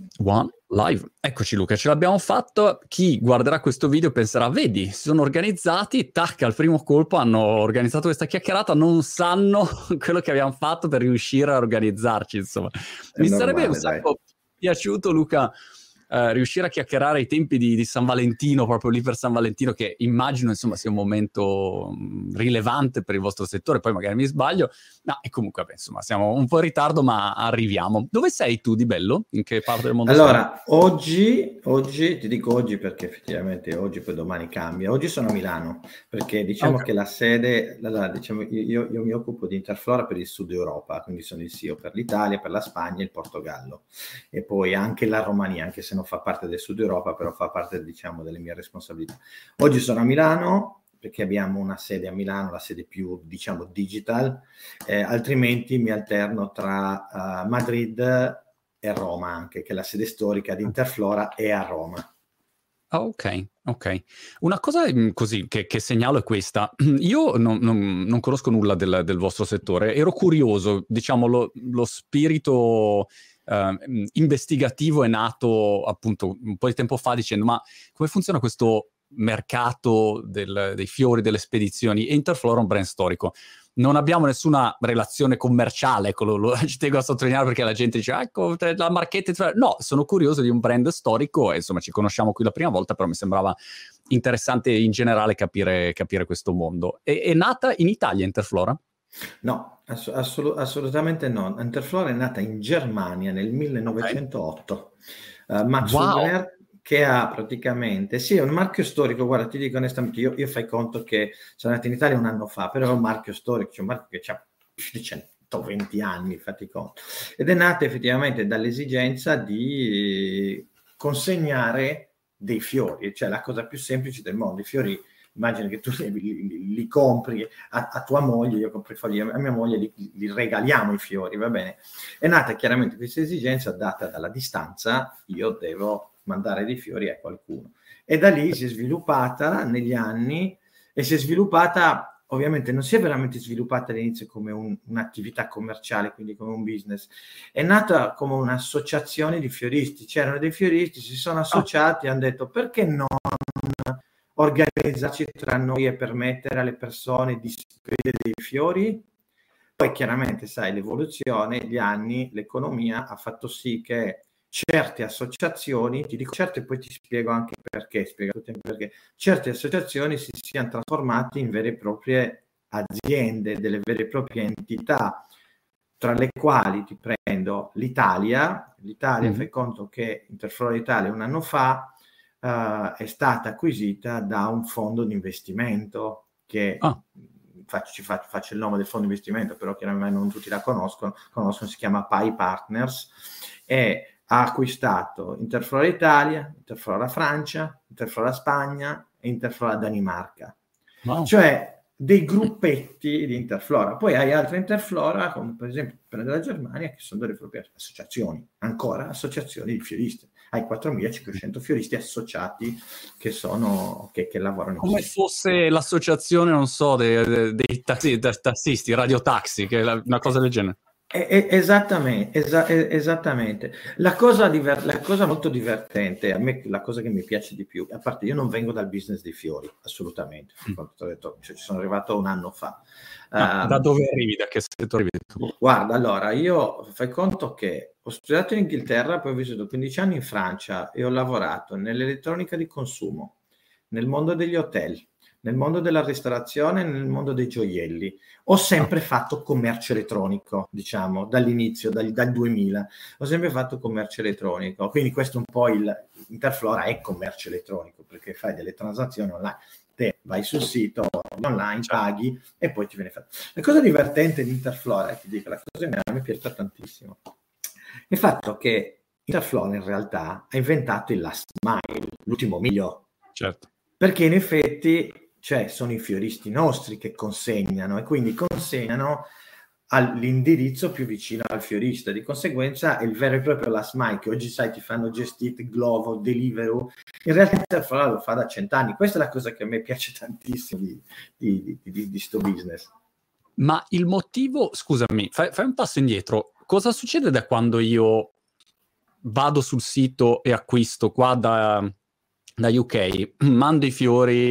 One live. Eccoci Luca, ce l'abbiamo fatto. Chi guarderà questo video penserà, vedi, si sono organizzati, tac, al primo colpo hanno organizzato questa chiacchierata, non sanno quello che abbiamo fatto per riuscire a organizzarci, insomma. È Mi normale, sarebbe un sacco piaciuto, Luca, riuscire a chiacchierare ai tempi di San Valentino, proprio lì per San Valentino, che immagino insomma sia un momento rilevante per il vostro settore, poi magari mi sbaglio, no, e comunque vabbè, insomma siamo un po' in ritardo ma arriviamo. Dove sei tu di bello? In che parte del mondo sei? Allora, oggi, ti dico oggi perché effettivamente oggi poi domani cambia. Oggi sono a Milano perché diciamo che la sede, diciamo, io mi occupo di Interflora per il Sud Europa, quindi sono il CEO per l'Italia, per la Spagna e il Portogallo e poi anche la Romania, anche se non fa parte del Sud Europa, però fa parte diciamo delle mie responsabilità. Oggi sono a Milano perché abbiamo una sede a Milano, la sede più diciamo digital, altrimenti mi alterno tra Madrid e Roma anche, che la sede storica di Interflora è a Roma. Ah, ok. Una cosa così che segnalo è questa. Io non conosco nulla del vostro settore. Ero curioso, diciamo, lo spirito investigativo è nato appunto un po' di tempo fa dicendo ma come funziona questo mercato dei fiori, delle spedizioni? E Interflora è un brand storico. Non abbiamo nessuna relazione commerciale, ecco, ci tengo a sottolineare perché la gente dice ecco, la marchetta, no, sono curioso di un brand storico e insomma ci conosciamo qui la prima volta, però mi sembrava interessante in generale capire questo mondo. È nata in Italia Interflora? No, assolutamente no. Interflora è nata in Germania nel 1908. Max Hübner, che ha praticamente, sì, è un marchio storico, guarda, ti dico onestamente, io fai conto che sono nato in Italia un anno fa, però è un marchio storico, c'è un marchio che ha più di 120 anni, fatti conto. Ed è nata effettivamente dall'esigenza di consegnare dei fiori, cioè la cosa più semplice del mondo. I fiori, immagina che tu li compri a tua moglie, io compro i fiori a mia moglie, li regaliamo i fiori, va bene? È nata chiaramente questa esigenza data dalla distanza, io devo mandare dei fiori a qualcuno. E da lì si è sviluppata negli anni e si è sviluppata, ovviamente non si è veramente sviluppata all'inizio come un'attività commerciale, quindi come un business, è nata come un'associazione di fioristi. C'erano dei fioristi, si sono associati e hanno detto perché non organizzarci tra noi e permettere alle persone di spedire dei fiori. Poi chiaramente sai l'evoluzione, gli anni, l'economia ha fatto sì che certe associazioni, ti dico certe, poi ti spiego anche perché, certe associazioni si siano trasformate in vere e proprie aziende, delle vere e proprie entità, tra le quali ti prendo l'Italia, fai conto che Interflora Italia un anno fa è stata acquisita da un fondo di investimento che faccio il nome del fondo di investimento, però chiaramente non tutti la conoscono, si chiama Pi Partners e ha acquistato Interflora Italia, Interflora Francia, Interflora Spagna e Interflora Danimarca. Wow. Cioè dei gruppetti di Interflora. Poi hai altre Interflora, come per esempio quella della Germania, che sono delle proprie associazioni, ancora associazioni di fioristi. Hai 4.500 fioristi associati che lavorano come fosse l'associazione, non so, dei tassisti, radiotaxi, che è una cosa del genere. Esattamente. La cosa molto divertente, a me la cosa che mi piace di più, a parte io non vengo dal business dei fiori, assolutamente, ho detto, ci sono arrivato un anno fa. Da dove arrivi? Da che settore arrivi? Guarda, allora, io fai conto che ho studiato in Inghilterra, poi ho vissuto 15 anni in Francia e ho lavorato nell'elettronica di consumo, nel mondo degli hotel, nel mondo della ristorazione, nel mondo dei gioielli. Ho sempre fatto commercio elettronico, diciamo, dall'inizio, dal 2000. Ho sempre fatto commercio elettronico, quindi questo un po' Interflora è commercio elettronico, perché fai delle transazioni online. Te vai sul sito online, paghi e poi ti viene fatto. La cosa divertente di Interflora, ti dico, la cosa che mi piace tantissimo, è il fatto che Interflora in realtà ha inventato il last mile, l'ultimo miglio. Certo. Perché in effetti sono i fioristi nostri che consegnano e quindi consegnano all'indirizzo più vicino al fiorista. Di conseguenza è il vero e proprio last mile che oggi sai ti fanno Just Eat, Glovo, Deliveroo. In realtà Interflora lo fa da 100 anni. Questa è la cosa che a me piace tantissimo di sto business. Ma il motivo, scusami, fai un passo indietro. Cosa succede da quando io vado sul sito e acquisto qua da UK, mando i fiori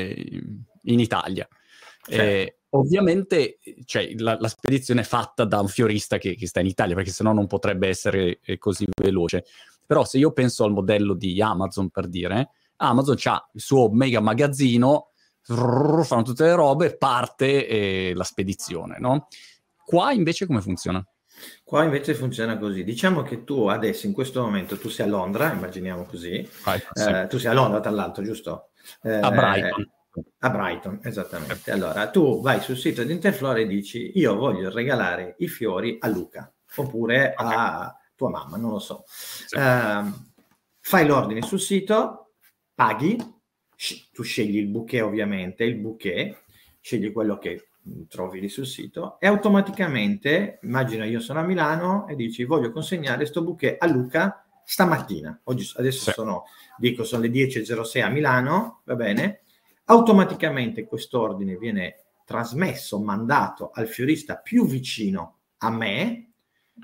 in Italia. Certo. Ovviamente cioè, la spedizione è fatta da un fiorista che sta in Italia, perché sennò non potrebbe essere così veloce. Però se io penso al modello di Amazon, per dire, Amazon c'ha il suo mega magazzino, fanno tutte le robe, parte la spedizione, no? Qua invece come funziona? Qua invece funziona così. Diciamo che tu adesso, in questo momento, tu sei a Londra, immaginiamo così. Sì. Tu sei a Londra, tra l'altro, giusto? A Brighton. A Brighton, esattamente. Allora, tu vai sul sito di Interflora e dici, io voglio regalare i fiori a Luca, oppure a tua mamma, non lo so. Sì. Fai l'ordine sul sito, paghi, tu scegli il bouquet ovviamente, scegli quello che trovi lì sul sito e automaticamente, immagina io sono a Milano e dici voglio consegnare sto bouquet a Luca stamattina, adesso sono le 10.06 a Milano, va bene? Automaticamente quest'ordine viene trasmesso, mandato al fiorista più vicino a me,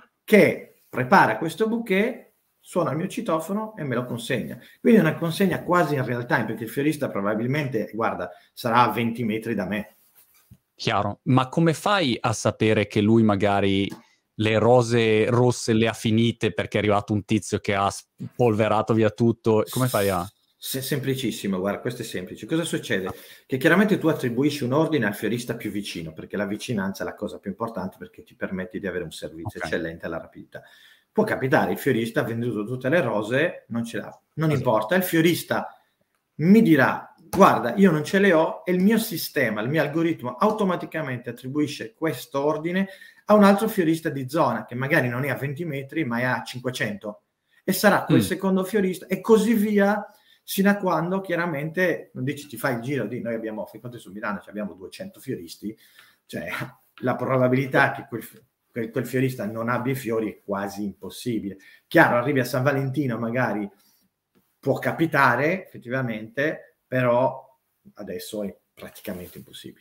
che prepara questo bouquet, suona il mio citofono e me lo consegna. Quindi è una consegna quasi in real time, perché il fiorista probabilmente, guarda, sarà a 20 metri da me. Chiaro, ma come fai a sapere che lui magari le rose rosse le ha finite perché è arrivato un tizio che ha spolverato via tutto? Come fai a... Semplicissimo, guarda, questo è semplice. Cosa succede? Che chiaramente tu attribuisci un ordine al fiorista più vicino, perché la vicinanza è la cosa più importante, perché ti permette di avere un servizio eccellente alla rapidità. Può capitare, il fiorista ha venduto tutte le rose, non ce l'ha. Non importa, il fiorista mi dirà, guarda, io non ce le ho, e il mio sistema, il mio algoritmo automaticamente attribuisce questo ordine a un altro fiorista di zona, che magari non è a 20 metri, ma è a 500. E sarà quel secondo fiorista, e così via, sino a quando chiaramente non dici ti fai il giro di noi abbiamo, fai conto su Milano abbiamo 200 fioristi, cioè la probabilità che quel fiorista non abbia i fiori è quasi impossibile. Chiaro, arrivi a San Valentino, magari può capitare effettivamente, però adesso è praticamente impossibile.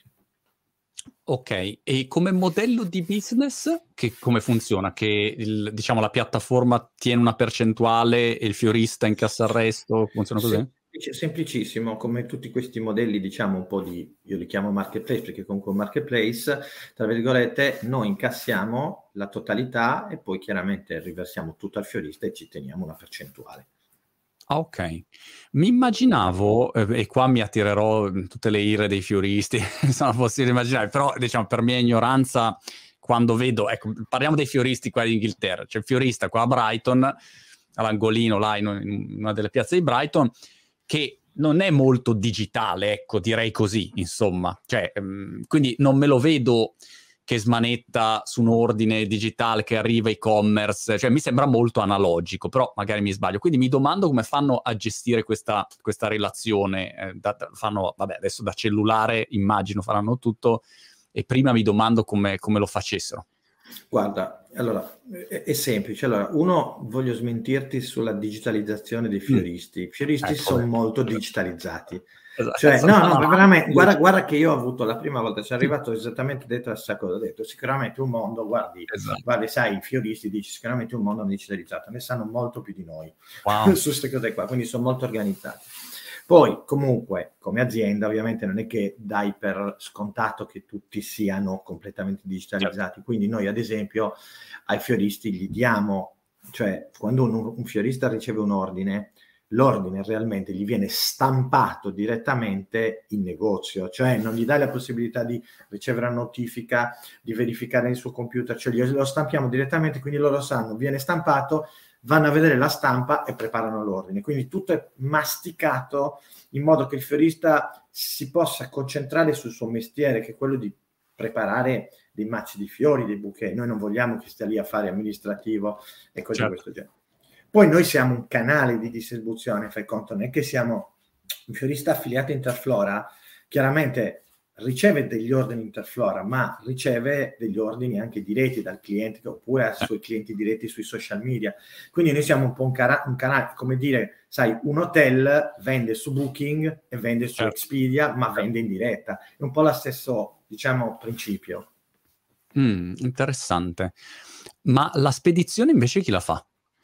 Ok, e come modello di business, come funziona? Che diciamo la piattaforma tiene una percentuale e il fiorista incassa il resto? Funziona così? Semplicissimo, come tutti questi modelli, diciamo un po' io li chiamo marketplace, perché comunque un marketplace, tra virgolette, noi incassiamo la totalità e poi chiaramente riversiamo tutto al fiorista e ci teniamo una percentuale. Ah, ok. Mi immaginavo, e qua mi attirerò tutte le ire dei fioristi, sono possibile immaginare, però diciamo per mia ignoranza, quando vedo, ecco, parliamo dei fioristi qua in Inghilterra, c'è il fiorista qua a Brighton, all'angolino là in una delle piazze di Brighton, che non è molto digitale, ecco, direi così, insomma. Cioè, quindi non me lo vedo che smanetta su un ordine digitale che arriva e-commerce, cioè mi sembra molto analogico, però magari mi sbaglio. Quindi mi domando come fanno a gestire questa relazione. Fanno, vabbè, adesso da cellulare immagino faranno tutto, e prima mi domando come lo facessero. Guarda, allora, è semplice. Allora, uno, voglio smentirti sulla digitalizzazione dei fioristi. I fioristi sono molto digitalizzati. Esatto. Cioè, no, veramente, guarda che io ho avuto la prima volta, sono arrivato esattamente dentro la stessa cosa, ho detto sicuramente un mondo, guardi, sai, i fioristi, dici sicuramente un mondo digitalizzato, ne sanno molto più di noi su queste cose qua, quindi sono molto organizzati. Poi, comunque, come azienda, ovviamente non è che dai per scontato che tutti siano completamente digitalizzati. Quindi noi, ad esempio, ai fioristi gli diamo, cioè, quando un fiorista riceve un ordine, l'ordine realmente gli viene stampato direttamente in negozio, cioè non gli dai la possibilità di ricevere una notifica, di verificare nel suo computer, cioè lo stampiamo direttamente, quindi loro sanno, viene stampato, vanno a vedere la stampa e preparano l'ordine. Quindi tutto è masticato in modo che il fiorista si possa concentrare sul suo mestiere, che è quello di preparare dei mazzi di fiori, dei bouquet. Noi non vogliamo che stia lì a fare amministrativo e cose di questo genere. Poi noi siamo un canale di distribuzione, fai conto, non è che siamo un fiorista affiliato a Interflora, chiaramente riceve degli ordini Interflora, ma riceve degli ordini anche diretti dal cliente oppure ai suoi clienti diretti sui social media. Quindi noi siamo un po' un canale, come dire, sai, un hotel vende su Booking e vende su Expedia, ma vende in diretta. È un po' lo stesso, diciamo, principio. Interessante. Ma la spedizione invece chi la fa?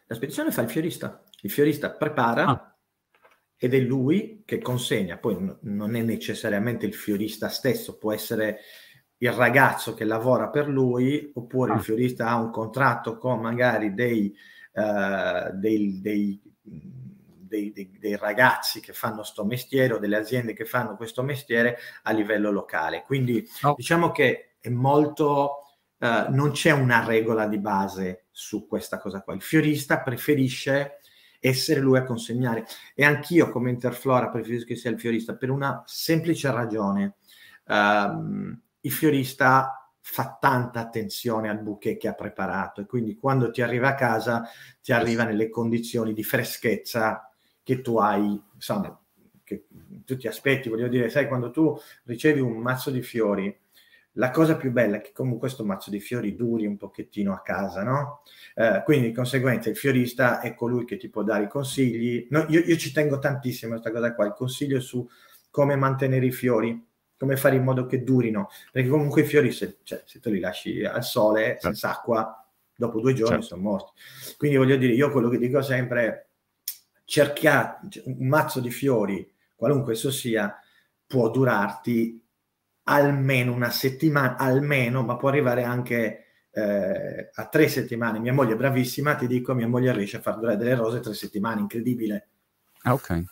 La spedizione fa il fiorista prepara ed è lui che consegna, poi non è necessariamente il fiorista stesso, può essere il ragazzo che lavora per lui, oppure il fiorista ha un contratto con magari dei ragazzi che fanno sto mestiere o delle aziende che fanno questo mestiere a livello locale. Quindi diciamo che è molto, non c'è una regola di base su questa cosa qua. Il fiorista preferisce essere lui a consegnare, e anch'io come Interflora preferisco che sia il fiorista per una semplice ragione. Il fiorista fa tanta attenzione al bouquet che ha preparato, e quindi quando ti arriva a casa ti arriva nelle condizioni di freschezza che tu hai, insomma, che tu ti aspetti. Voglio dire, sai, quando tu ricevi un mazzo di fiori, la cosa più bella è che comunque questo mazzo di fiori duri un pochettino a casa, no? Quindi di conseguenza il fiorista è colui che ti può dare i consigli. No, io ci tengo tantissimo a questa cosa qua, il consiglio su come mantenere i fiori, come fare in modo che durino, perché comunque i fiori se tu li lasci al sole senza acqua, dopo 2 giorni sono morti. Quindi voglio dire, io quello che dico sempre è cercate un mazzo di fiori, qualunque esso sia, può durarti almeno una settimana, almeno, ma può arrivare anche a 3 settimane. Mia moglie è bravissima, ti dico, mia moglie riesce a far durare delle rose 3 settimane, incredibile. Ok.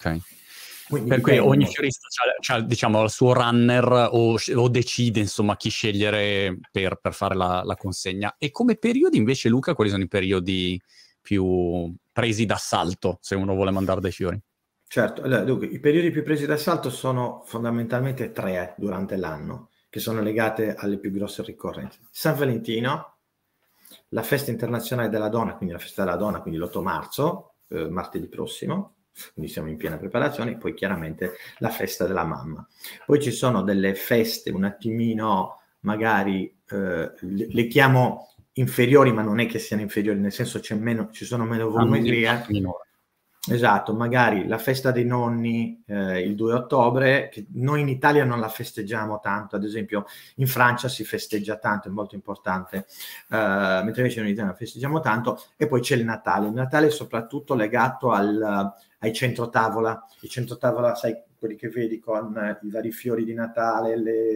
Quindi per cui ogni fiorista c'ha diciamo il suo runner o decide insomma chi scegliere per fare la consegna. E come periodi invece, Luca, quali sono i periodi più presi d'assalto se uno vuole mandare dei fiori? Certo, allora, dunque, i periodi più presi d'assalto sono fondamentalmente 3 durante l'anno, che sono legate alle più grosse ricorrenze. San Valentino, la festa internazionale della donna, quindi la festa della donna, quindi l'8 marzo, martedì prossimo, quindi siamo in piena preparazione, e poi chiaramente la festa della mamma. Poi ci sono delle feste un attimino, magari, le chiamo inferiori, ma non è che siano inferiori, nel senso ci sono meno volumetrie. Esatto, magari la festa dei nonni il 2 ottobre, che noi in Italia non la festeggiamo tanto, ad esempio in Francia si festeggia tanto, è molto importante, mentre invece noi in Italia la festeggiamo tanto. E poi c'è il Natale è soprattutto legato ai centrotavola. I centrotavola, sai, quelli che vedi con i vari fiori di Natale,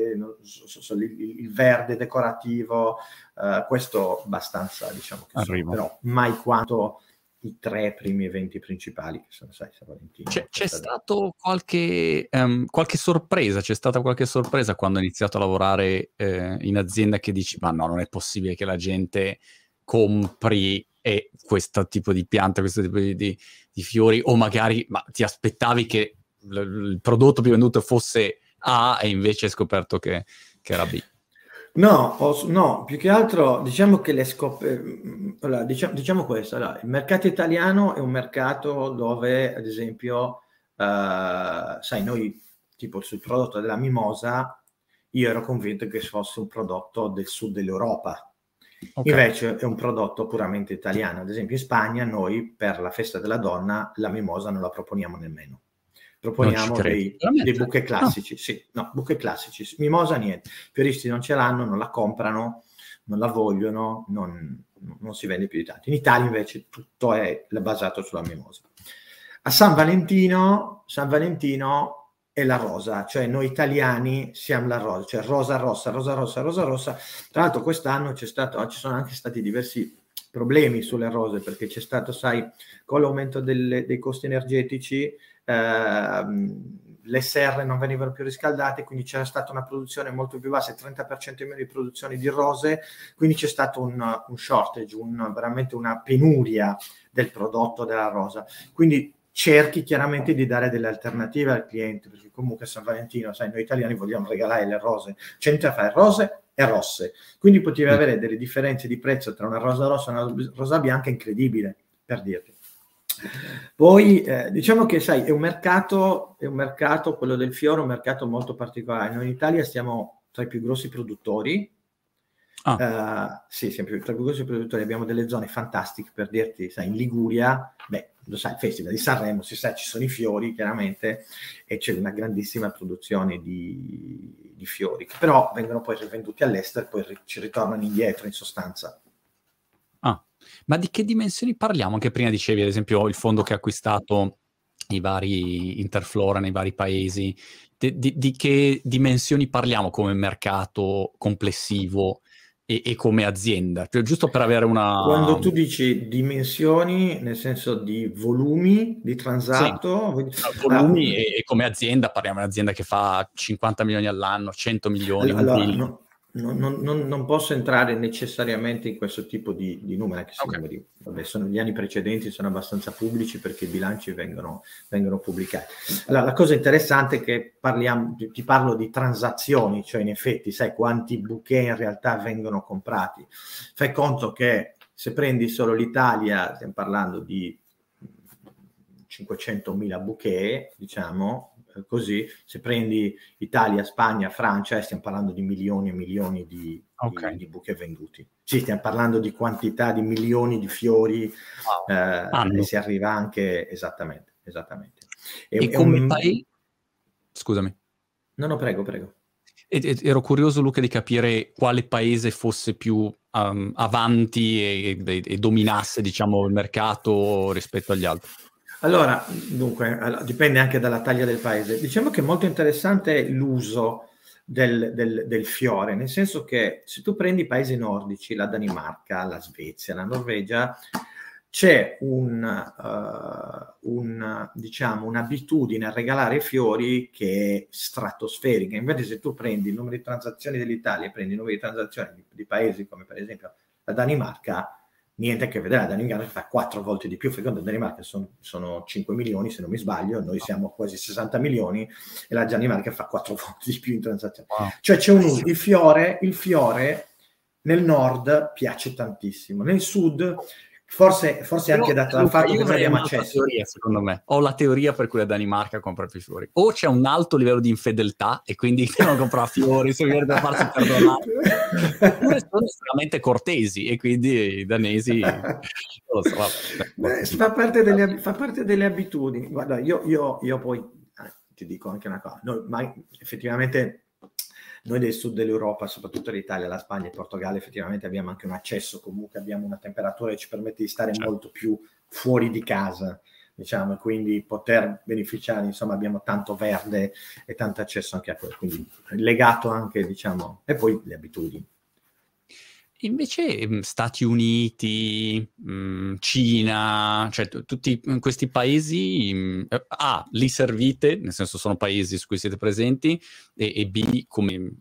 il verde decorativo, questo abbastanza, diciamo che sono, però mai quanto i 3 primi eventi principali che sono, sai, San Valentino. C'è stato qualche sorpresa? C'è stata qualche sorpresa quando hai iniziato a lavorare in azienda, che dici, ma no, non è possibile che la gente compri questo tipo di pianta, questo tipo di fiori, o magari ti aspettavi che il prodotto più venduto fosse A e invece hai scoperto che era B? No, più che altro diciamo che allora, diciamo questo, allora, il mercato italiano è un mercato dove, ad esempio, sai, noi tipo sul prodotto della mimosa, io ero convinto che fosse un prodotto del sud dell'Europa. Invece è un prodotto puramente italiano. Ad esempio in Spagna noi per la festa della donna la mimosa non la proponiamo nemmeno. Proponiamo dei bouquet classici, sì, no, bouquet classici, mimosa niente, i fioristi non ce l'hanno, non la comprano, non la vogliono, non si vende più di tanto. In Italia invece tutto è basato sulla mimosa. A San Valentino è la rosa, cioè noi italiani siamo la rosa, cioè rosa rossa. Tra l'altro quest'anno ci sono anche stati diversi problemi sulle rose, perché c'è stato, sai, con l'aumento dei costi energetici, le serre non venivano più riscaldate, quindi c'era stata una produzione molto più bassa, il 30% in meno di produzione di rose, quindi c'è stato un shortage, veramente una penuria del prodotto della rosa. Quindi cerchi chiaramente di dare delle alternative al cliente, perché comunque San Valentino, sai, noi italiani vogliamo regalare le rose, c'è niente da fare, rose e rosse, quindi potevi avere delle differenze di prezzo tra una rosa rossa e una rosa bianca incredibile, per dirti. Poi diciamo che, sai, è un mercato, quello del fiore, un mercato molto particolare. Noi in Italia siamo tra i più grossi produttori. Sì, siamo tra i più grossi produttori, abbiamo delle zone fantastiche, per dirti, sai, in Liguria, lo sai, il Festival di Sanremo, si sa, ci sono i fiori chiaramente, e c'è una grandissima produzione di fiori, che però vengono poi rivenduti all'estero e poi ci ritornano indietro, in sostanza. Ah, ma di che dimensioni parliamo? Anche prima dicevi, ad esempio, il fondo che ha acquistato i vari Interflora nei vari paesi. Di che dimensioni parliamo come mercato complessivo e come azienda? Cioè, giusto per avere Quando una... tu dici dimensioni, nel senso di volumi di Sì, transato, ah, volumi e come azienda parliamo di un'azienda che fa 50 milioni all'anno, 100 milioni, un allora, billion. non posso entrare necessariamente in questo tipo di numeri, anche se i numeri, vabbè, gli anni precedenti sono abbastanza pubblici perché i bilanci vengono pubblicati. Allora, la cosa interessante è che ti parlo di transazioni, cioè in effetti sai quanti bouquet in realtà vengono comprati. Fai conto che se prendi solo l'Italia, stiamo parlando di 500.000 bouquet, diciamo, così, se prendi Italia, Spagna, Francia, stiamo parlando di milioni e milioni di bouquet venduti. Sì, stiamo parlando di quantità di milioni di fiori, e si arriva anche esattamente. E come paese... Scusami. No, prego. Ero curioso, Luca, di capire quale paese fosse più avanti e dominasse, diciamo, il mercato rispetto agli altri. Allora, dunque, dipende anche dalla taglia del paese. Diciamo che è molto interessante l'uso del fiore, nel senso che se tu prendi i paesi nordici, la Danimarca, la Svezia, la Norvegia, c'è diciamo, un'abitudine a regalare fiori che è stratosferica. Invece se tu prendi il numero di transazioni dell'Italia e prendi il numero di transazioni di paesi come per esempio la Danimarca, niente a che vedere, la Danimarca fa 4 volte di più, secondo la Danimarca sono 5 milioni se non mi sbaglio, noi siamo quasi 60 milioni e la Danimarca fa 4 volte di più in transazioni. Wow. Cioè c'è il fiore nel nord piace tantissimo, nel sud forse anche dato dal fatto che noi abbiamo accesso. Teoria, secondo me. Ho la teoria per cui la Danimarca compra più fiori. O c'è un alto livello di infedeltà e quindi non compra fiori, se viene da farsi perdonare. Oppure sono estremamente cortesi e quindi i danesi... lo so, vabbè. Fa parte delle abitudini. Guarda, io poi ti dico anche una cosa. Effettivamente... Noi del sud dell'Europa, soprattutto l'Italia, la Spagna e il Portogallo, effettivamente abbiamo anche un accesso, comunque abbiamo una temperatura che ci permette di stare molto più fuori di casa, diciamo, e quindi poter beneficiare, insomma, abbiamo tanto verde e tanto accesso anche a quello, quindi legato anche, diciamo, e poi le abitudini. Invece Stati Uniti, Cina, cioè tutti questi paesi, li servite, nel senso sono paesi su cui siete presenti, e B, come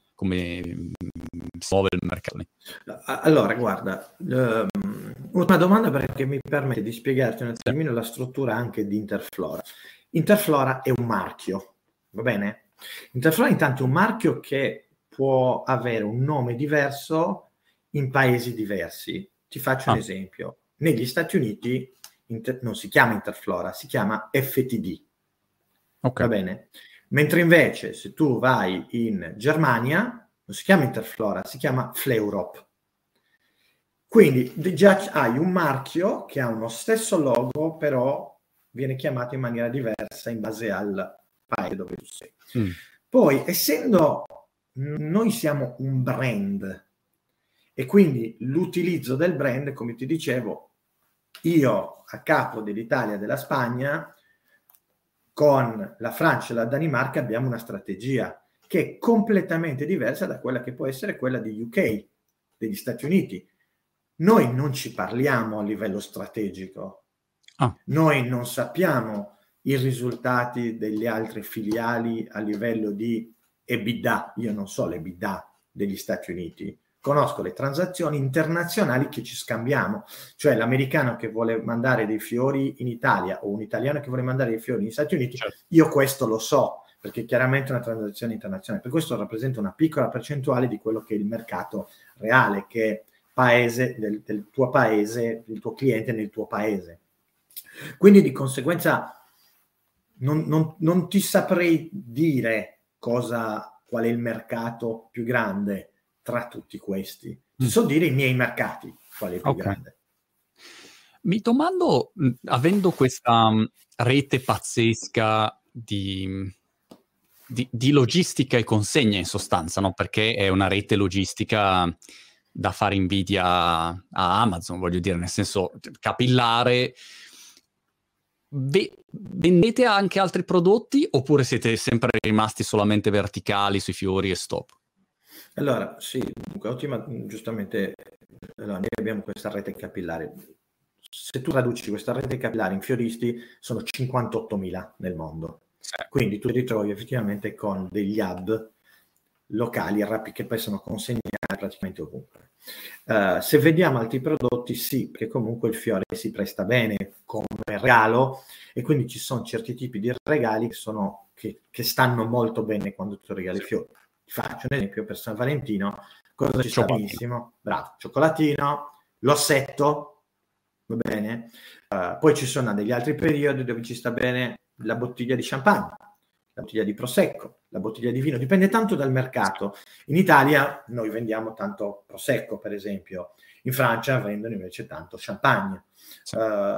si muove il mercato? Allora, guarda, una domanda perché mi permette di spiegarti un attimino la struttura anche di Interflora. Interflora è un marchio, va bene? Interflora intanto è un marchio che può avere un nome diverso in paesi diversi. Ti faccio un esempio. Negli Stati Uniti non si chiama Interflora, si chiama FTD. Va bene? Mentre invece se tu vai in Germania non si chiama Interflora, si chiama Fleurop. Quindi già hai un marchio che ha uno stesso logo, però viene chiamato in maniera diversa in base al paese dove tu sei. Poi, essendo noi siamo un brand, e quindi l'utilizzo del brand, come ti dicevo, io a capo dell'Italia e della Spagna, con la Francia e la Danimarca abbiamo una strategia che è completamente diversa da quella che può essere quella di UK, degli Stati Uniti. Noi non ci parliamo a livello strategico, noi non sappiamo i risultati delle altre filiali a livello di EBITDA, io non so l'EBITDA degli Stati Uniti, conosco le transazioni internazionali che ci scambiamo, cioè l'americano che vuole mandare dei fiori in Italia o un italiano che vuole mandare dei fiori negli Stati Uniti, io questo lo so, perché chiaramente è una transazione internazionale, per questo rappresenta una piccola percentuale di quello che è il mercato reale, che è paese del tuo paese, il tuo cliente nel tuo paese. Quindi di conseguenza non ti saprei dire qual è il mercato più grande tra tutti questi. Ti so dire i miei mercati, qual è il più grande. Mi domando, avendo questa rete pazzesca di logistica e consegna in sostanza, no? Perché è una rete logistica da fare invidia a Amazon, voglio dire, nel senso capillare. Vendete anche altri prodotti oppure siete sempre rimasti solamente verticali sui fiori e stop? Allora, sì, dunque, ottima, giustamente, allora, noi abbiamo questa rete capillare. Se tu traduci questa rete capillare in fioristi, sono 58.000 nel mondo. Sì. Quindi tu ti ritrovi effettivamente con degli hub locali che poi sono consegnati praticamente ovunque. Se vediamo altri prodotti, sì, perché comunque il fiore si presta bene come regalo e quindi ci sono certi tipi di regali che stanno molto bene quando tu regali fiori. Ti faccio un esempio per San Valentino, cosa ci sta benissimo? Bravo, cioccolatino, l'ossetto, va bene? Poi ci sono degli altri periodi dove ci sta bene la bottiglia di champagne, la bottiglia di prosecco, la bottiglia di vino, dipende tanto dal mercato. In Italia noi vendiamo tanto prosecco, per esempio, in Francia vendono invece tanto champagne. Sì.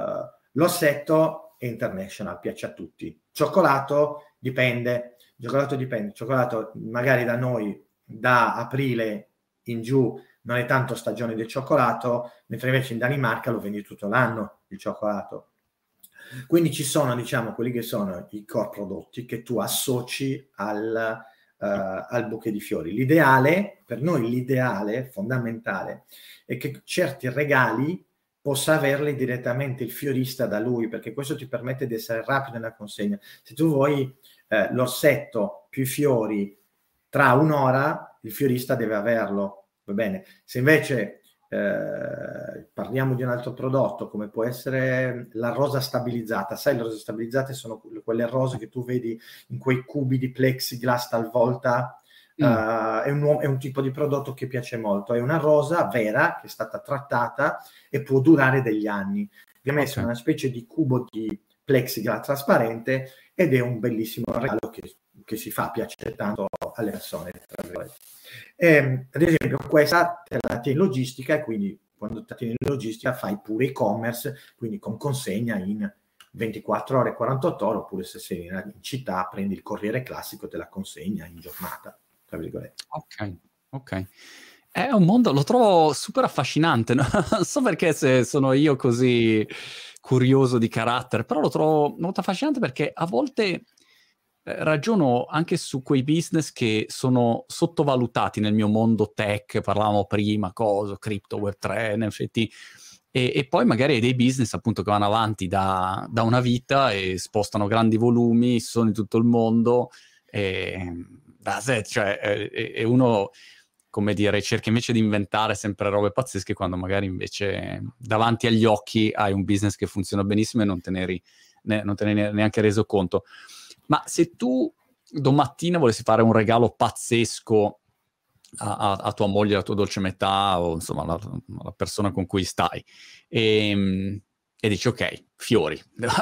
L'ossetto è international, piace a tutti. Cioccolato dipende, cioccolato magari da noi da aprile in giù non è tanto stagione del cioccolato, mentre invece in Danimarca lo vendi tutto l'anno il cioccolato. Quindi ci sono, diciamo, quelli che sono i core prodotti che tu associ al bouquet di fiori. L'ideale, per noi l'ideale fondamentale, è che certi regali possa averli direttamente il fiorista da lui, perché questo ti permette di essere rapido nella consegna. Se tu vuoi l'orsetto più i fiori tra un'ora, il fiorista deve averlo, va bene? Se invece parliamo di un altro prodotto come può essere la rosa stabilizzata, sai, le rose stabilizzate sono quelle rose che tu vedi in quei cubi di plexiglass talvolta. È un tipo di prodotto che piace molto, è una rosa vera che è stata trattata e può durare degli anni. Vi ha messo una specie di cubo di plexiglass trasparente ed è un bellissimo regalo che si fa, piace tanto alle persone. Ad esempio questa te la tieni in logistica e quindi quando te la tieni in logistica fai pure e-commerce, quindi con consegna in 24 ore, 48 ore, oppure se sei in città prendi il corriere classico e te la consegna in giornata, tra virgolette. Ok. È un mondo, lo trovo super affascinante, no? Non so perché se sono io così curioso di carattere, però lo trovo molto affascinante perché a volte ragiono anche su quei business che sono sottovalutati nel mio mondo tech, parlavamo prima, cripto, Web3, NFT, e poi magari hai dei business appunto che vanno avanti da una vita e spostano grandi volumi, sono in tutto il mondo, e uno, come dire, cerca invece di inventare sempre robe pazzesche quando magari invece davanti agli occhi hai un business che funziona benissimo e non te ne neanche reso conto. Ma se tu domattina volessi fare un regalo pazzesco a tua moglie, alla tua dolce metà, o insomma alla persona con cui stai, e dici ok, fiori,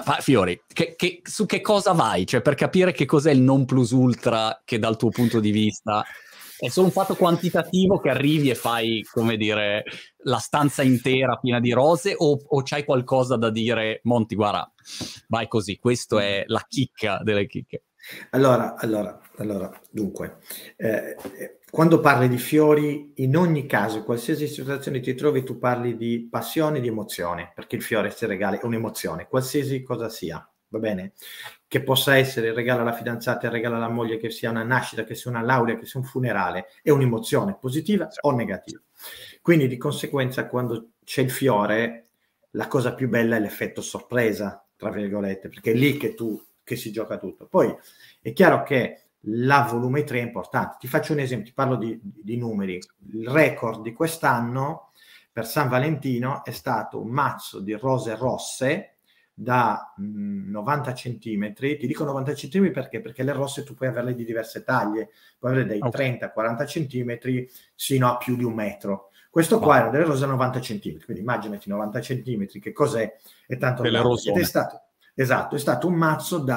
su che cosa vai? Cioè, per capire che cos'è il non plus ultra che dal tuo punto di vista è solo un fatto quantitativo che arrivi e fai, come dire, la stanza intera piena di rose, o c'hai qualcosa da dire, Monti, guarda, vai così, questo è la chicca delle chicche. Allora, dunque, quando parli di fiori, in ogni caso, qualsiasi situazione ti trovi, tu parli di passione e di emozione, perché il fiore si regala è un'emozione, qualsiasi cosa sia, va bene? Che possa essere il regalo alla fidanzata, il regalo alla moglie, che sia una nascita, che sia una laurea, che sia un funerale, è un'emozione positiva o negativa. Quindi di conseguenza quando c'è il fiore, la cosa più bella è l'effetto sorpresa, tra virgolette, perché è lì che si gioca tutto. Poi è chiaro che la volumetria è importante. Ti faccio un esempio, ti parlo di numeri. Il record di quest'anno per San Valentino è stato un mazzo di rose rosse da 90 centimetri. Ti dico 90 centimetri perché le rosse tu puoi averle di diverse taglie, puoi avere dai 30-40 centimetri sino a più di un metro. Questo qua erano delle rose da 90 centimetri, quindi immaginati 90 centimetri, che cos'è? È tanto grande. Ed è stato, esatto, è stato un mazzo da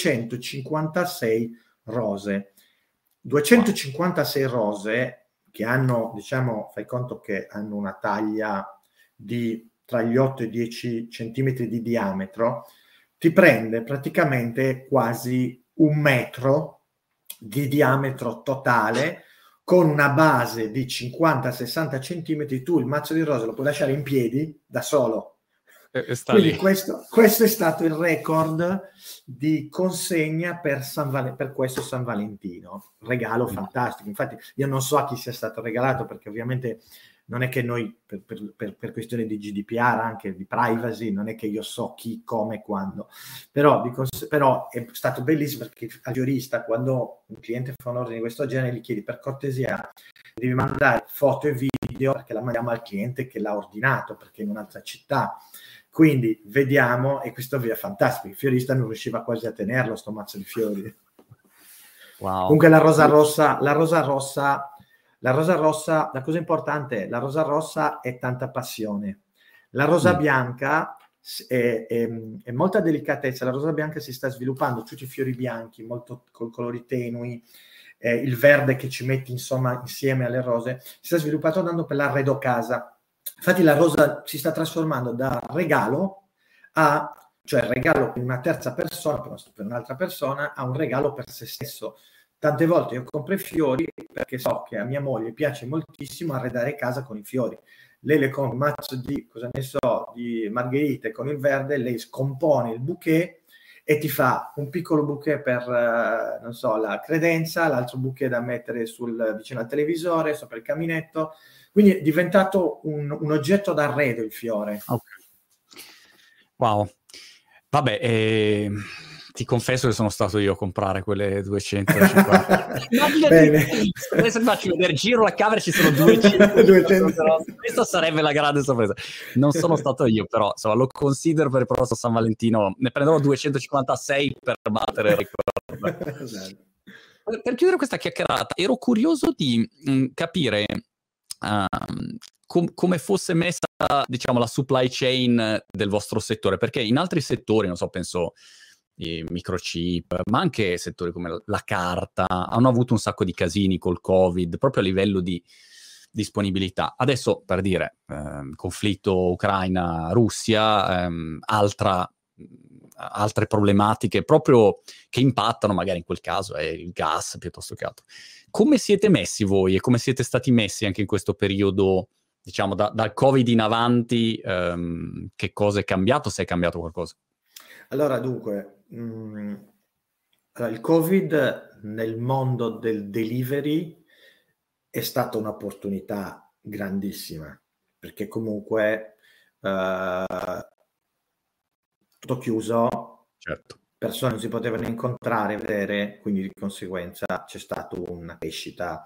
256 rose. 256 rose che hanno, diciamo, fai conto che hanno una taglia di tra gli 8 e i 10 centimetri di diametro, ti prende praticamente quasi un metro di diametro totale con una base di 50-60 centimetri, tu il mazzo di rose lo puoi lasciare in piedi da solo. Quindi questo è stato il record di consegna per questo San Valentino. Regalo fantastico. Infatti io non so a chi sia stato regalato, perché ovviamente non è che noi, per questioni di GDPR, anche di privacy, non è che io so chi, come, quando. Però è stato bellissimo, perché al fiorista, quando un cliente fa un ordine di questo genere, gli chiedi: per cortesia, devi mandare foto e video, perché la mandiamo al cliente che l'ha ordinato, perché è in un'altra città. Quindi vediamo, e questo è fantastico, il fiorista non riusciva quasi a tenerlo, sto mazzo di fiori. Wow. Comunque la rosa rossa, la cosa importante è, la rosa rossa è tanta passione. La rosa bianca è molta delicatezza. La rosa bianca si sta sviluppando, tutti i fiori bianchi, molto con colori tenui, il verde che ci metti insomma insieme alle rose, si sta sviluppando andando per l'arredo casa. Infatti la rosa si sta trasformando da regalo cioè regalo per una terza persona, per un'altra persona, a un regalo per se stesso. Tante volte io compro i fiori perché so che a mia moglie piace moltissimo arredare casa con i fiori. Lei le compra un mazzo di margherite con il verde, lei scompone il bouquet e ti fa un piccolo bouquet per, non so, la credenza, l'altro bouquet da mettere vicino al televisore, sopra il caminetto. Quindi è diventato un oggetto d'arredo il fiore. Okay. Wow. Vabbè, ti confesso che sono stato io a comprare quelle 250. Adesso ti faccio vedere, giro la camera, ci sono 200. Questa sarebbe la grande sorpresa. Non sono stato io, però insomma lo considero per il prossimo San Valentino. Ne prenderò 256 per battere il record. Esatto. Per chiudere questa chiacchierata, ero curioso di capire come fosse messa, diciamo, la supply chain del vostro settore, perché in altri settori, non so, penso i microchip, ma anche settori come la carta, hanno avuto un sacco di casini col Covid, proprio a livello di disponibilità. Adesso, per dire, conflitto Ucraina-Russia, altre problematiche proprio che impattano, magari in quel caso è il gas piuttosto che altro. Come siete messi voi e come siete stati messi anche in questo periodo, diciamo, dal Covid in avanti? Che cosa è cambiato, se è cambiato qualcosa? Allora, dunque, il Covid nel mondo del delivery è stata un'opportunità grandissima, perché comunque tutto chiuso, certo, persone non si potevano incontrare, vedere, quindi di conseguenza c'è stata una crescita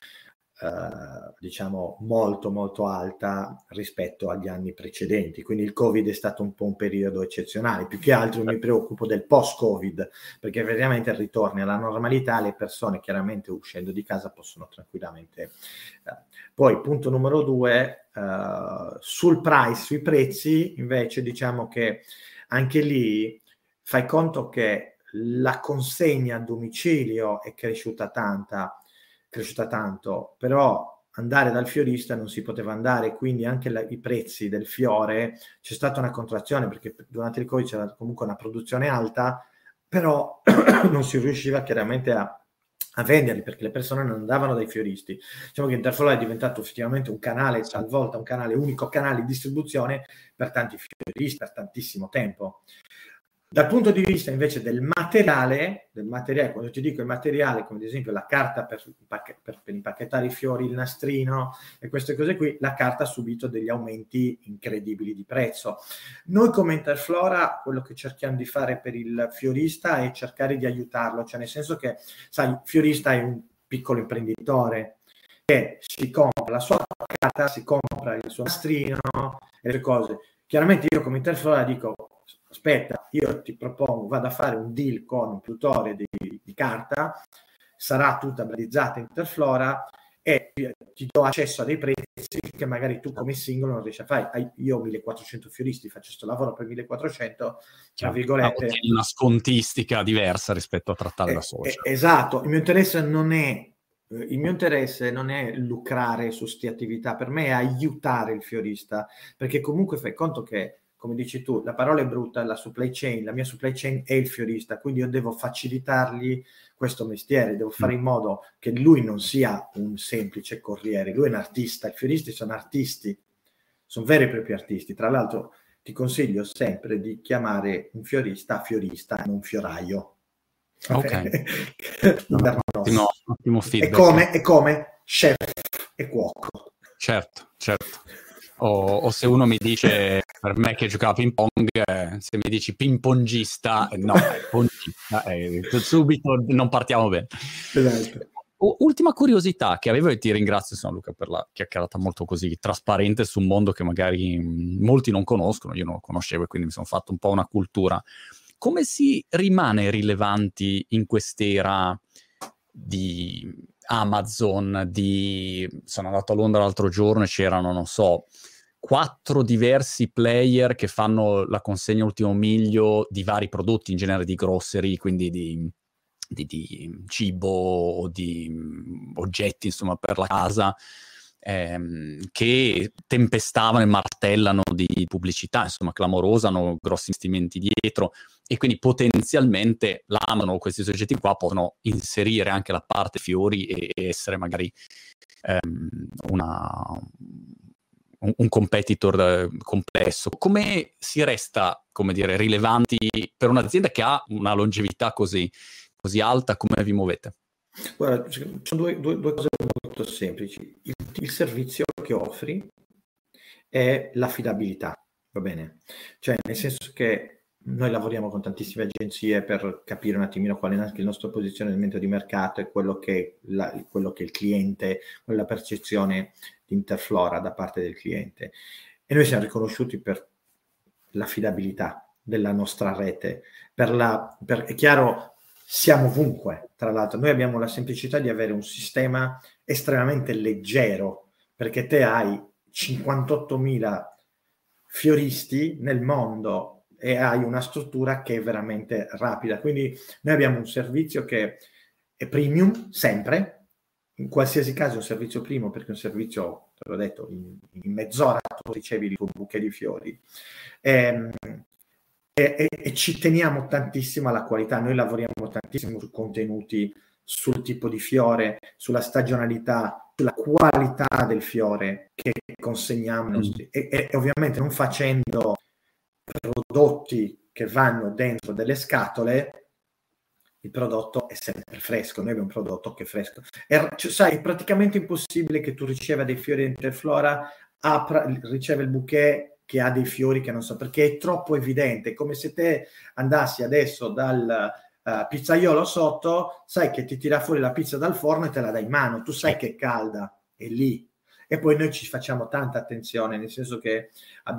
diciamo molto molto alta rispetto agli anni precedenti. Quindi il Covid è stato un po' un periodo eccezionale. Più che altro mi preoccupo del post-Covid, perché veramente ritorni alla normalità, le persone chiaramente uscendo di casa possono tranquillamente. Poi punto numero 2, sui prezzi invece diciamo che anche lì fai conto che la consegna a domicilio è cresciuta tanto, però andare dal fiorista non si poteva andare, quindi anche i prezzi del fiore, c'è stata una contrazione, perché durante il Covid c'era comunque una produzione alta, però non si riusciva chiaramente a venderli, perché le persone non andavano dai fioristi. Diciamo che Interflora è diventato effettivamente un canale, talvolta un canale, unico canale di distribuzione per tanti fioristi, per tantissimo tempo. Dal punto di vista invece del materiale, quando ti dico il materiale, come ad esempio la carta per impacchettare i fiori, il nastrino e queste cose qui, la carta ha subito degli aumenti incredibili di prezzo. Noi come Interflora quello che cerchiamo di fare per il fiorista è cercare di aiutarlo, cioè nel senso che, sai, il fiorista è un piccolo imprenditore che si compra la sua carta, si compra il suo nastrino e le cose. Chiaramente io come Interflora dico: aspetta, io ti propongo, vado a fare un deal con un plutore di carta, sarà tutta brandizzata Interflora e ti do accesso a dei prezzi che magari tu come singolo non riesci a fare. Io ho 1400 fioristi, faccio questo lavoro per 1400, tra virgolette. Una scontistica diversa rispetto a trattarla da solo. Esatto, il mio interesse non è lucrare su queste attività, per me è aiutare il fiorista, perché comunque fai conto che come dici tu, la parola è brutta, la mia supply chain è il fiorista, quindi io devo facilitargli questo mestiere, devo fare in modo che lui non sia un semplice corriere, lui è un artista, i fioristi sono artisti, sono veri e propri artisti. Tra l'altro ti consiglio sempre di chiamare un fiorista non fioraio. Ok. Ottimo È feedback. come chef e cuoco. Certo. O se uno mi dice, per me che giocava a ping pong, se mi dici ping-pongista, no, pongista, subito non partiamo bene. Esatto. Ultima curiosità che avevo, e ti ringrazio, Luca, per la chiacchierata molto così trasparente su un mondo che magari molti non conoscono, io non lo conoscevo e quindi mi sono fatto un po' una cultura. Come si rimane rilevanti in quest'era di Amazon, sono andato a Londra l'altro giorno e c'erano, non so, 4 diversi player che fanno la consegna ultimo miglio di vari prodotti, in genere di grocery, quindi di cibo o di oggetti, insomma, per la casa, che tempestavano e martellano di pubblicità, insomma, clamorosa, hanno grossi investimenti dietro, e quindi potenzialmente l'Amazon o questi soggetti qua possono inserire anche la parte fiori e essere magari un competitor complesso. Come si resta, come dire, rilevanti per un'azienda che ha una longevità così alta? Come vi muovete? Guarda, sono due cose molto semplici. Il servizio che offri è l'affidabilità, va bene? Cioè, nel senso che noi lavoriamo con tantissime agenzie per capire un attimino qual è anche il nostro posizionamento di mercato e quello che è il cliente, quella percezione di Interflora da parte del cliente. E noi siamo riconosciuti per l'affidabilità della nostra rete. È chiaro, siamo ovunque, tra l'altro. Noi abbiamo la semplicità di avere un sistema estremamente leggero, perché te hai 58.000 fioristi nel mondo e hai una struttura che è veramente rapida. Quindi noi abbiamo un servizio che è premium sempre, in qualsiasi caso è un servizio premium, perché è un servizio, te l'ho detto, in mezz'ora tu ricevi il tuo bouquet di fiori. E ci teniamo tantissimo alla qualità. Noi lavoriamo tantissimo su contenuti, sul tipo di fiore, sulla stagionalità, sulla qualità del fiore che consegniamo e ovviamente non facendo prodotti che vanno dentro delle scatole. Il prodotto è sempre fresco, noi abbiamo un prodotto che è fresco. Sai, è praticamente impossibile che tu riceva dei fiori di Interflora, riceve il bouquet che ha dei fiori che non so, perché è troppo evidente, come se te andassi adesso dal pizzaiolo sotto, sai che ti tira fuori la pizza dal forno e te la dai in mano, tu sai che è calda, è lì. E poi noi ci facciamo tanta attenzione, nel senso che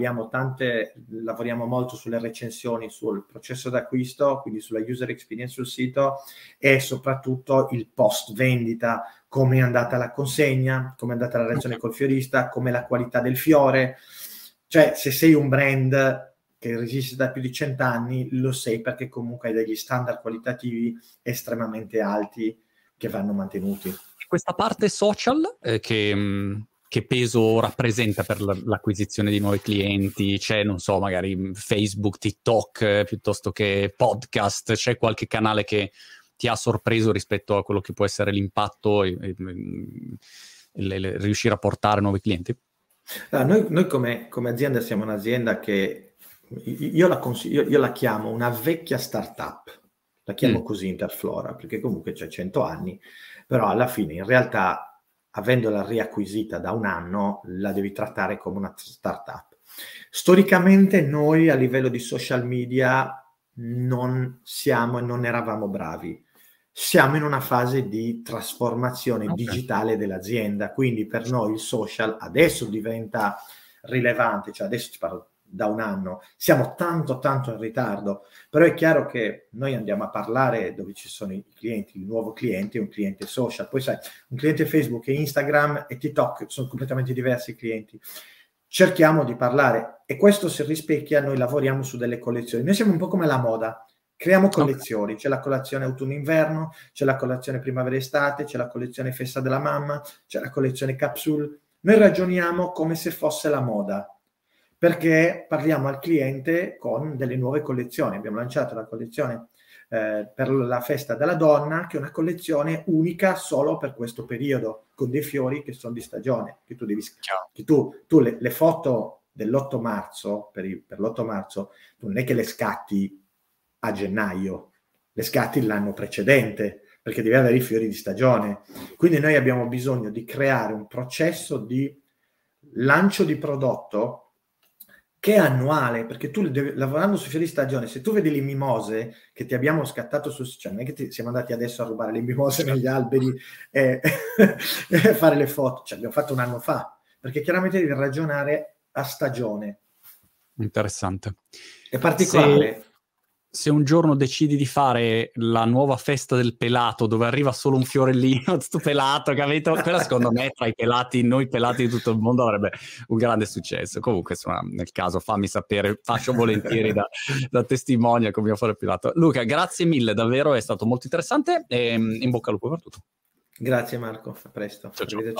lavoriamo molto sulle recensioni, sul processo d'acquisto, quindi sulla user experience sul sito e soprattutto il post vendita, come è andata la consegna, come è andata la relazione col fiorista, come la qualità del fiore. Cioè, se sei un brand che resiste da più di 100 anni, lo sei perché comunque hai degli standard qualitativi estremamente alti che vanno mantenuti. Questa parte social che peso rappresenta per l'acquisizione di nuovi clienti? C'è, non so, magari Facebook, TikTok, piuttosto che podcast? C'è qualche canale che ti ha sorpreso rispetto a quello che può essere l'impatto e riuscire a portare nuovi clienti? Noi come azienda siamo un'azienda che io la chiamo una vecchia startup, la chiamo così Interflora, perché comunque c'è 100 anni, però alla fine in realtà avendola riacquisita da un anno la devi trattare come una startup. Storicamente noi a livello di social media non siamo e non eravamo bravi. Siamo in una fase di trasformazione digitale dell'azienda, quindi per noi il social adesso diventa rilevante, cioè adesso ti parlo da un anno, siamo tanto in ritardo, però è chiaro che noi andiamo a parlare dove ci sono i clienti, il nuovo cliente è un cliente social, poi sai, un cliente Facebook e Instagram e TikTok sono completamente diversi clienti. Cerchiamo di parlare e questo si rispecchia, noi lavoriamo su delle collezioni, noi siamo un po' come la moda. Creiamo collezioni, c'è la collezione autunno-inverno, c'è la collezione primavera-estate, c'è la collezione festa della mamma, c'è la collezione capsule. Noi ragioniamo come se fosse la moda, perché parliamo al cliente con delle nuove collezioni. Abbiamo lanciato la collezione per la festa della donna, che è una collezione unica solo per questo periodo, con dei fiori che sono di stagione, che tu devi che tu le foto dell'8 marzo, per l'8 marzo, tu non è che le scatti a gennaio, le scatti l'anno precedente, perché devi avere i fiori di stagione. Quindi noi abbiamo bisogno di creare un processo di lancio di prodotto che è annuale, perché tu lavorando sui fiori di stagione, se tu vedi le mimose che ti abbiamo scattato cioè non è che siamo andati adesso a rubare le mimose negli alberi e fare le foto, cioè abbiamo fatto un anno fa, perché chiaramente devi ragionare a stagione. Interessante. È particolare. Se un giorno decidi di fare la nuova festa del pelato, dove arriva solo un fiorellino tutto pelato, capito? Quella secondo me tra i pelati, noi pelati di tutto il mondo, avrebbe un grande successo. Comunque, insomma, nel caso fammi sapere, faccio volentieri da testimonial come fare il pelato. Luca, grazie mille, davvero è stato molto interessante e in bocca al lupo per tutto. Grazie Marco, a presto. Ciao, ciao.